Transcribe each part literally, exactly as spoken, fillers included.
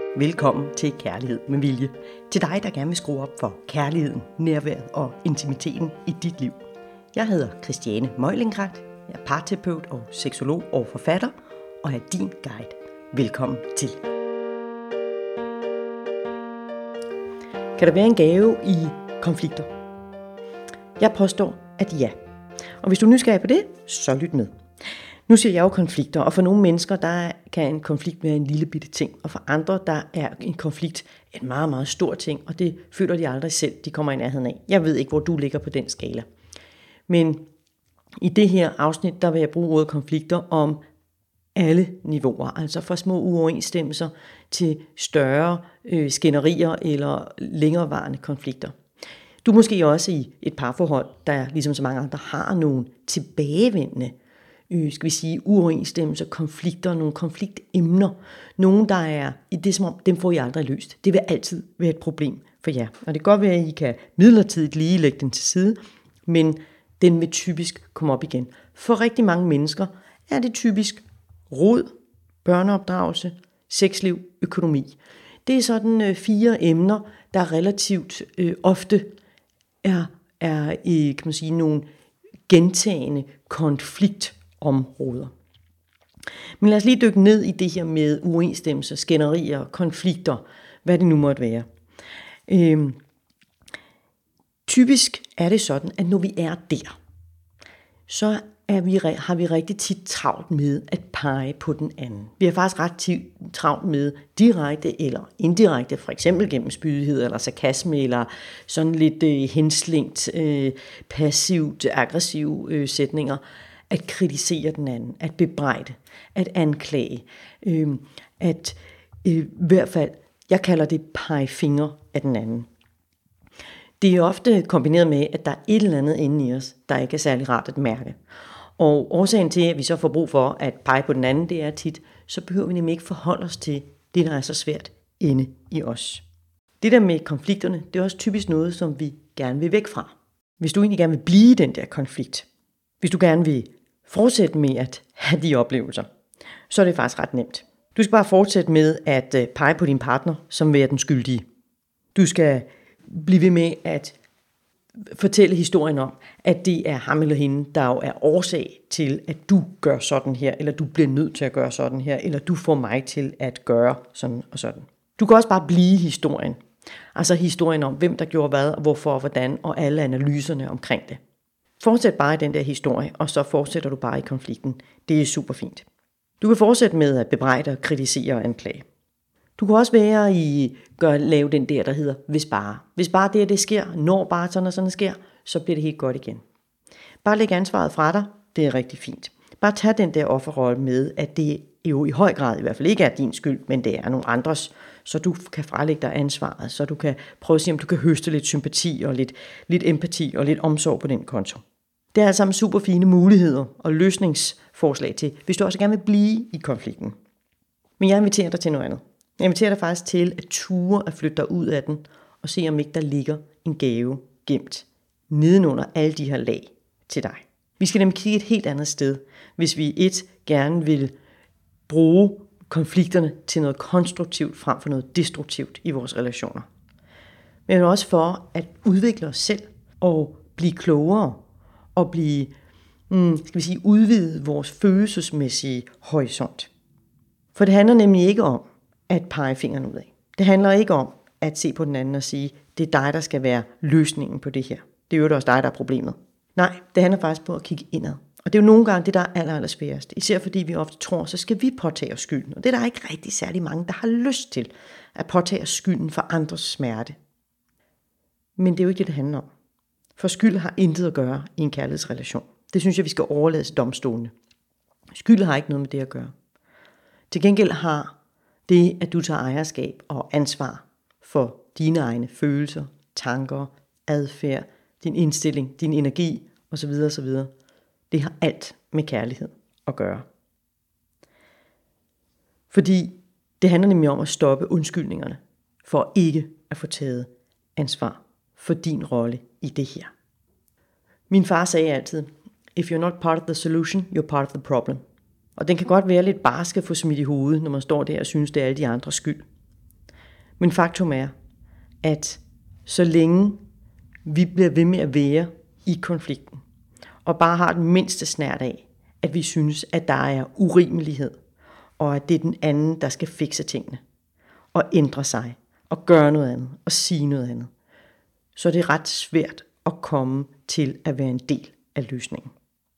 Velkommen til Kærlighed med Vilje. Til dig, der gerne vil skrue op for kærligheden, nærværet og intimiteten i dit liv. Jeg hedder Christiane Møjlingrat. Jeg er parterapeut og seksolog og forfatter, og er din guide. Velkommen til. Kan der være en gave i konflikter? Jeg påstår, at ja. Og hvis du er nysgerrig på det, så lyt med. Nu siger jeg jo konflikter, og for nogle mennesker, der kan en konflikt være en lille bitte ting, og for andre, der er en konflikt en meget, meget stor ting, og det føler de aldrig selv, de kommer i nærheden af. Jeg ved ikke, hvor du ligger på den skala. Men i det her afsnit, der vil jeg bruge ordet konflikter om alle niveauer, altså fra små uoverensstemmelser til større øh, skænderier eller længerevarende konflikter. Du er måske også i et parforhold, der ligesom så mange andre har nogle tilbagevendende Øh, skal vi sige, uoverensstemmelser, konflikter, nogle konfliktemner, nogle, der er i det, som om dem får I aldrig løst. Det vil altid være et problem for jer. Og det kan godt være, at I kan midlertidigt lige lægge den til side, men den vil typisk komme op igen. For rigtig mange mennesker er det typisk rod, børneopdragelse, sexliv, økonomi. Det er sådan øh, fire emner, der relativt øh, ofte er, er i, kan man sige, nogle gentagende konflikt områder. Men lad os lige dykke ned i det her med uoverensstemmelser, skænderier, konflikter, hvad det nu måtte være. Øhm, typisk er det sådan, at når vi er der, så er vi, har vi rigtig tit travlt med at pege på den anden. Vi har faktisk ret tit travlt med direkte eller indirekte, for eksempel gennem spydighed eller sarkasme, eller sådan lidt øh, henslængt, øh, passivt, aggressive øh, sætninger, at kritisere den anden, at bebrejde, at anklage, øh, at øh, i hvert fald, jeg kalder det pege fingre af den anden. Det er ofte kombineret med, at der er et eller andet inde i os, der ikke er særlig rart at mærke. Og årsagen til, at vi så får brug for at pege på den anden, det er tit, så behøver vi nemlig ikke forholde os til det, der er så svært inde i os. Det der med konflikterne, det er også typisk noget, som vi gerne vil væk fra. Hvis du egentlig gerne vil blive i den der konflikt, hvis du gerne vil fortsætte med at have de oplevelser, så er det faktisk ret nemt. Du skal bare fortsætte med at pege på din partner, som vil være den skyldige. Du skal blive ved med at fortælle historien om, at det er ham eller hende, der jo er årsag til, at du gør sådan her, eller du bliver nødt til at gøre sådan her, eller du får mig til at gøre sådan og sådan. Du kan også bare blive historien. Altså historien om, hvem der gjorde hvad, og hvorfor og hvordan, og alle analyserne omkring det. Fortsæt bare i den der historie, og så fortsætter du bare i konflikten. Det er super fint. Du kan fortsætte med at bebrejde, kritisere og anklage. Du kan også være i gør, lave den der, der hedder hvis bare. Hvis bare det, det sker, når bare sådan og sådan sker, så bliver det helt godt igen. Bare læg ansvaret fra dig, det er rigtig fint. Bare tag den der offerrolle med, at det jo i høj grad i hvert fald ikke er din skyld, men det er nogle andres, så du kan frelægge dig ansvaret, så du kan prøve at se, om du kan høste lidt sympati og lidt, lidt empati og lidt omsorg på den konto. Det er altså sammen super fine muligheder og løsningsforslag til, hvis du også gerne vil blive i konflikten. Men jeg inviterer dig til noget andet. Jeg inviterer dig faktisk til at ture at flytte dig ud af den, og se om ikke der ligger en gave gemt nedenunder alle de her lag til dig. Vi skal nemlig kigge et helt andet sted, hvis vi et gerne vil bruge konflikterne til noget konstruktivt frem for noget destruktivt i vores relationer. Men også for at udvikle os selv og blive klogere og blive, hmm, skal vi sige, udvide vores følelsesmæssige horisont. For det handler nemlig ikke om at pege fingeren ud af. Det handler ikke om at se på den anden og sige, det er dig, der skal være løsningen på det her. Det er jo også dig, der er problemet. Nej, det handler faktisk på at kigge indad. Og det er jo nogle gange det, der er aller, aller sværest. Især fordi vi ofte tror, så skal vi påtage os skylden. Og det er der ikke rigtig særlig mange, der har lyst til at påtage os skylden for andres smerte. Men det er jo ikke det, det handler om. For skyld har intet at gøre i en kærlighedsrelation. Det synes jeg, vi skal overlade til domstolene. Skyld har ikke noget med det at gøre. Til gengæld har det, at du tager ejerskab og ansvar for dine egne følelser, tanker, adfærd, din indstilling, din energi osv. osv. Det har alt med kærlighed at gøre. Fordi det handler nemlig om at stoppe undskyldningerne for ikke at få taget ansvar for din rolle i det her. Min far sagde altid, if you're not part of the solution, you're part of the problem. Og den kan godt være lidt barsk at få smidt i hovedet, når man står der og synes, det er alle de andres skyld. Men faktum er, at så længe vi bliver ved med at være i konflikten, og bare har den mindste snert af, at vi synes, at der er urimelighed, og at det er den anden, der skal fikse tingene, og ændre sig, og gøre noget andet, og sige noget andet, så er det ret svært at komme til at være en del af løsningen.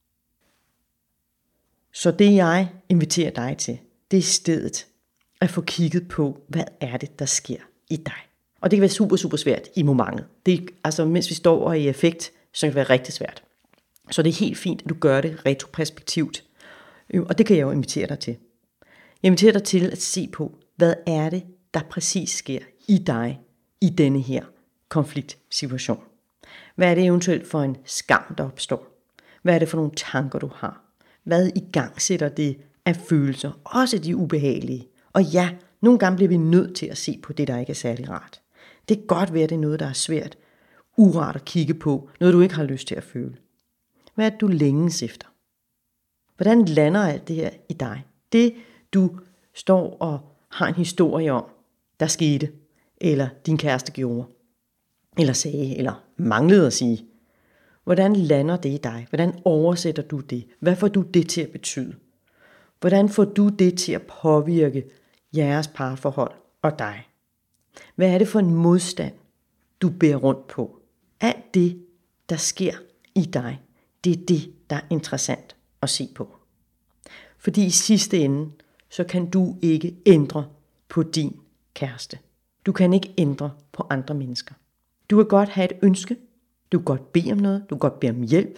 Så det jeg inviterer dig til, det er i stedet at få kigget på, hvad er det, der sker i dig. Og det kan være super, super svært i momentet. Det, altså, mens vi står og er i effekt, så kan det være rigtig svært. Så det er helt fint, at du gør det retroperspektivt. Og det kan jeg jo invitere dig til. Jeg inviterer dig til at se på, hvad er det, der præcis sker i dig i denne her konfliktsituation. Hvad er det eventuelt for en skam, der opstår? Hvad er det for nogle tanker, du har? Hvad igangsætter det af følelser? Også de ubehagelige. Og ja, nogle gange bliver vi nødt til at se på det, der ikke er særlig rart. Det kan godt være, det er noget, der er svært, urart at kigge på, noget du ikke har lyst til at føle. Hvad er det, du længes efter? Hvordan lander alt det her i dig? Det, du står og har en historie om, der skete, eller din kæreste gjorde, eller sagde, eller manglede at sige. Hvordan lander det i dig? Hvordan oversætter du det? Hvad får du det til at betyde? Hvordan får du det til at påvirke jeres parforhold og dig? Hvad er det for en modstand, du bærer rundt på? Alt det, der sker i dig, det er det, der er interessant at se på. Fordi i sidste ende, så kan du ikke ændre på din kæreste. Du kan ikke ændre på andre mennesker. Du kan godt have et ønske. Du kan godt bede om noget. Du kan godt bede om hjælp.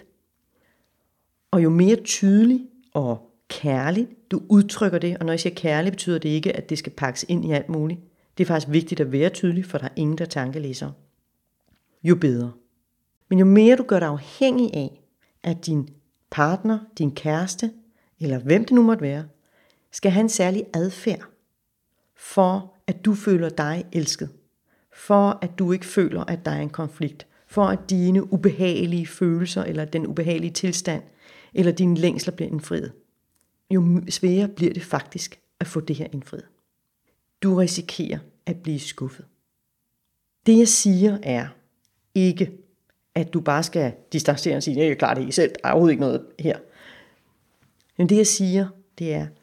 Og jo mere tydelig og kærligt du udtrykker det, og når jeg siger kærligt, betyder det ikke, at det skal pakkes ind i alt muligt. Det er faktisk vigtigt at være tydelig, for der er ingen, der tankelæser. Jo bedre. Men jo mere du gør dig afhængig af, at din partner, din kæreste, eller hvem det nu måtte være, skal have en særlig adfærd, for at du føler dig elsket, for at du ikke føler, at der er en konflikt, for at dine ubehagelige følelser, eller den ubehagelige tilstand, eller dine længsler bliver indfriet. Jo sværere bliver det faktisk at få det her indfriet. Du risikerer at blive skuffet. Det jeg siger er ikke, at du bare skal distancere og sige, at jeg klarer det ikke selv, der er overhovedet ikke noget her. Men det jeg siger, det er,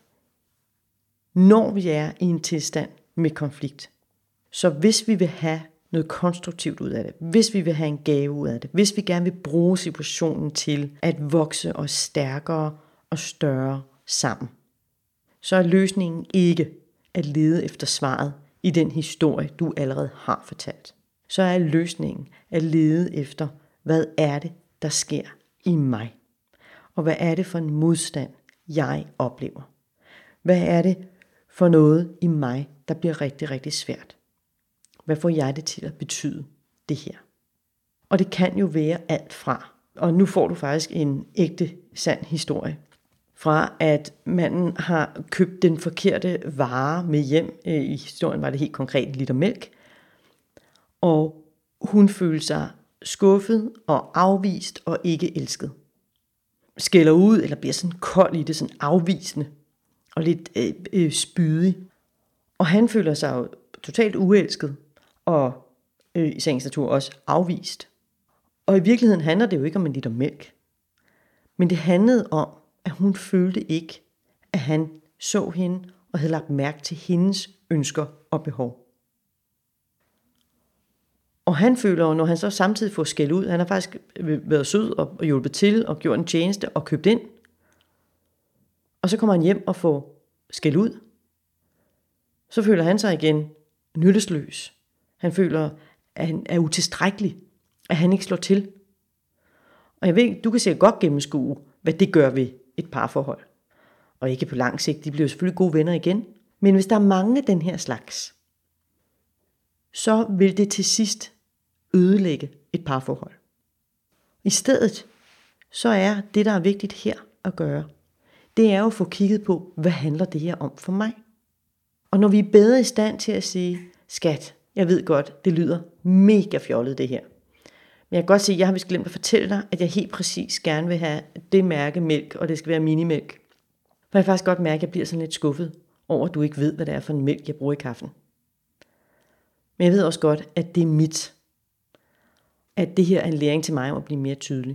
når vi er i en tilstand med konflikt, så hvis vi vil have noget konstruktivt ud af det, hvis vi vil have en gave ud af det, hvis vi gerne vil bruge situationen til at vokse os stærkere og større sammen, så er løsningen ikke at lede efter svaret i den historie, du allerede har fortalt. Så er løsningen at lede efter, hvad er det, der sker i mig? Og hvad er det for en modstand, jeg oplever? Hvad er det for noget i mig, der bliver rigtig, rigtig svært? Hvad får jeg det til at betyde det her? Og det kan jo være alt fra, og nu får du faktisk en ægte, sand historie, fra at manden har købt den forkerte vare med hjem, i historien var det helt konkret en liter mælk, og hun følte sig skuffet og afvist og ikke elsket. Skælder ud, eller bliver sådan kold i det, sådan afvisende og lidt øh, øh, spydig. Og han føler sig jo totalt uelsket, og øh, i sagens natur også afvist. Og i virkeligheden handler det jo ikke om en liter mælk. Men det handlede om, at hun følte ikke, at han så hende og havde lagt mærke til hendes ønsker og behov. Og han føler jo, når han så samtidig får skæld ud, han har faktisk været sød og hjulpet til og gjort en tjeneste og købt ind. Og så kommer han hjem og får skæld ud. Så føler han sig igen nyttesløs. Han føler, at han er utilstrækkelig, at han ikke slår til. Og jeg ved, du kan sikkert godt gennemskue, hvad det gør ved et parforhold. Og ikke på lang sigt, de bliver selvfølgelig gode venner igen. Men hvis der er mange af den her slags, så vil det til sidst ødelægge et parforhold. I stedet, så er det, der er vigtigt her at gøre, det er jo at få kigget på, hvad handler det her om for mig? Og når vi er bedre i stand til at sige, skat, jeg ved godt, det lyder mega fjollet det her. Men jeg kan godt se, jeg har vist glemt at fortælle dig, at jeg helt præcis gerne vil have det mærke mælk, og det skal være minimælk. For jeg kan faktisk godt mærke, at jeg bliver sådan lidt skuffet over, at du ikke ved, hvad det er for en mælk, jeg bruger i kaffen. Men jeg ved også godt, at det er mit. At det her er en læring til mig om at blive mere tydelig.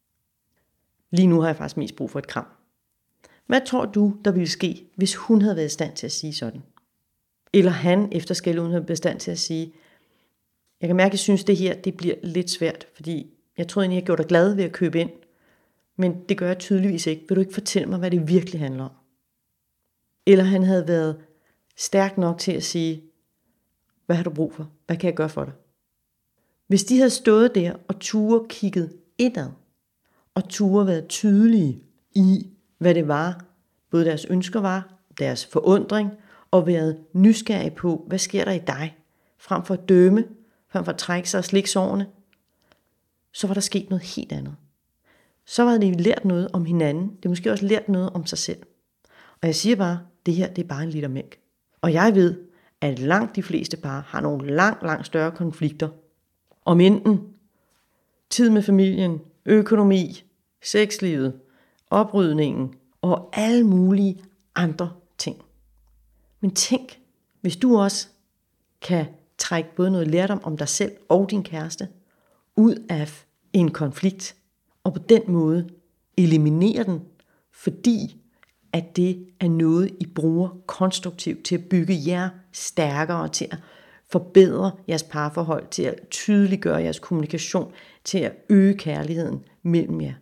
Lige nu har jeg faktisk mest brug for et kram. Hvad tror du, der ville ske, hvis hun havde været i stand til at sige sådan? Eller han efter skælduden havde været i stand til at sige, jeg kan mærke, at jeg synes, at det her det bliver lidt svært, fordi jeg troede egentlig, jeg gjorde dig glad ved at købe ind, men det gør jeg tydeligvis ikke. Vil du ikke fortælle mig, hvad det virkelig handler om? Eller han havde været stærk nok til at sige, hvad har du brug for? Hvad kan jeg gøre for dig? Hvis de havde stået der og ture kigget indad, og ture været tydelige i, hvad det var, både deres ønsker var, deres forundring, og været nysgerrige på, hvad sker der i dig, frem for at dømme, frem for at trække sig og slikke sårene, så var der sket noget helt andet. Så var det lært noget om hinanden, det er måske også lært noget om sig selv. Og jeg siger bare, det her det er bare en liter mælk. Og jeg ved, at langt de fleste par har nogle langt, langt større konflikter, om enten tid med familien, økonomi, sexlivet, oprydningen og alle mulige andre ting. Men tænk, hvis du også kan trække både noget lærdom om dig selv og din kæreste ud af en konflikt, og på den måde eliminere den, fordi at det er noget, I bruger konstruktivt til at bygge jer stærkere, til at forbedre jeres parforhold, til at tydeliggøre jeres kommunikation, til at øge kærligheden mellem jer.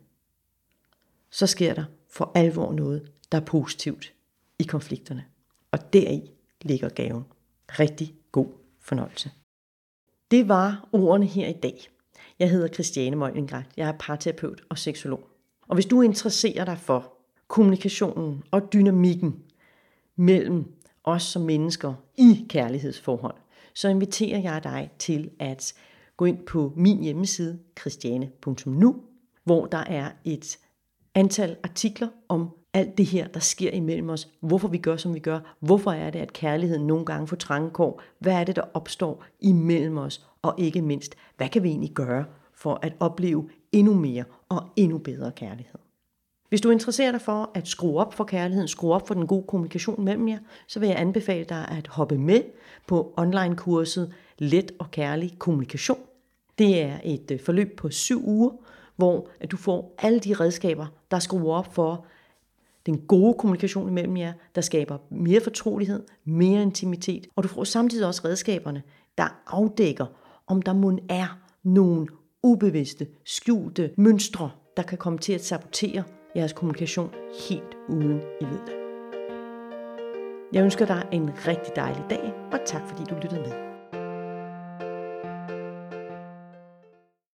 Så sker der for alvor noget, der er positivt i konflikterne. Og deri ligger gaven. Rigtig god fornøjelse. Det var ordene her i dag. Jeg hedder Christiane Møjlengrat. Jeg er parterapeut og seksolog. Og hvis du interesserer dig for kommunikationen og dynamikken mellem os som mennesker i kærlighedsforhold, så inviterer jeg dig til at gå ind på min hjemmeside christiane punktum nu, hvor der er et antal artikler om alt det her, der sker imellem os, hvorfor vi gør, som vi gør, hvorfor er det, at kærligheden nogle gange får trange kår, hvad er det, der opstår imellem os, og ikke mindst, hvad kan vi egentlig gøre for at opleve endnu mere og endnu bedre kærlighed. Hvis du interesserer dig for at skrue op for kærligheden, skrue op for den gode kommunikation mellem jer, så vil jeg anbefale dig at hoppe med på online-kurset Let og Kærlig Kommunikation. Det er et forløb på syv uger, hvor du får alle de redskaber, der skruer op for den gode kommunikation mellem jer, der skaber mere fortrolighed, mere intimitet, og du får samtidig også redskaberne, der afdækker, om der mon er nogle ubevidste, skjulte mønstre, der kan komme til at sabotere jeres kommunikation helt uden I ved det. Jeg ønsker dig en rigtig dejlig dag, og tak fordi du lyttede med.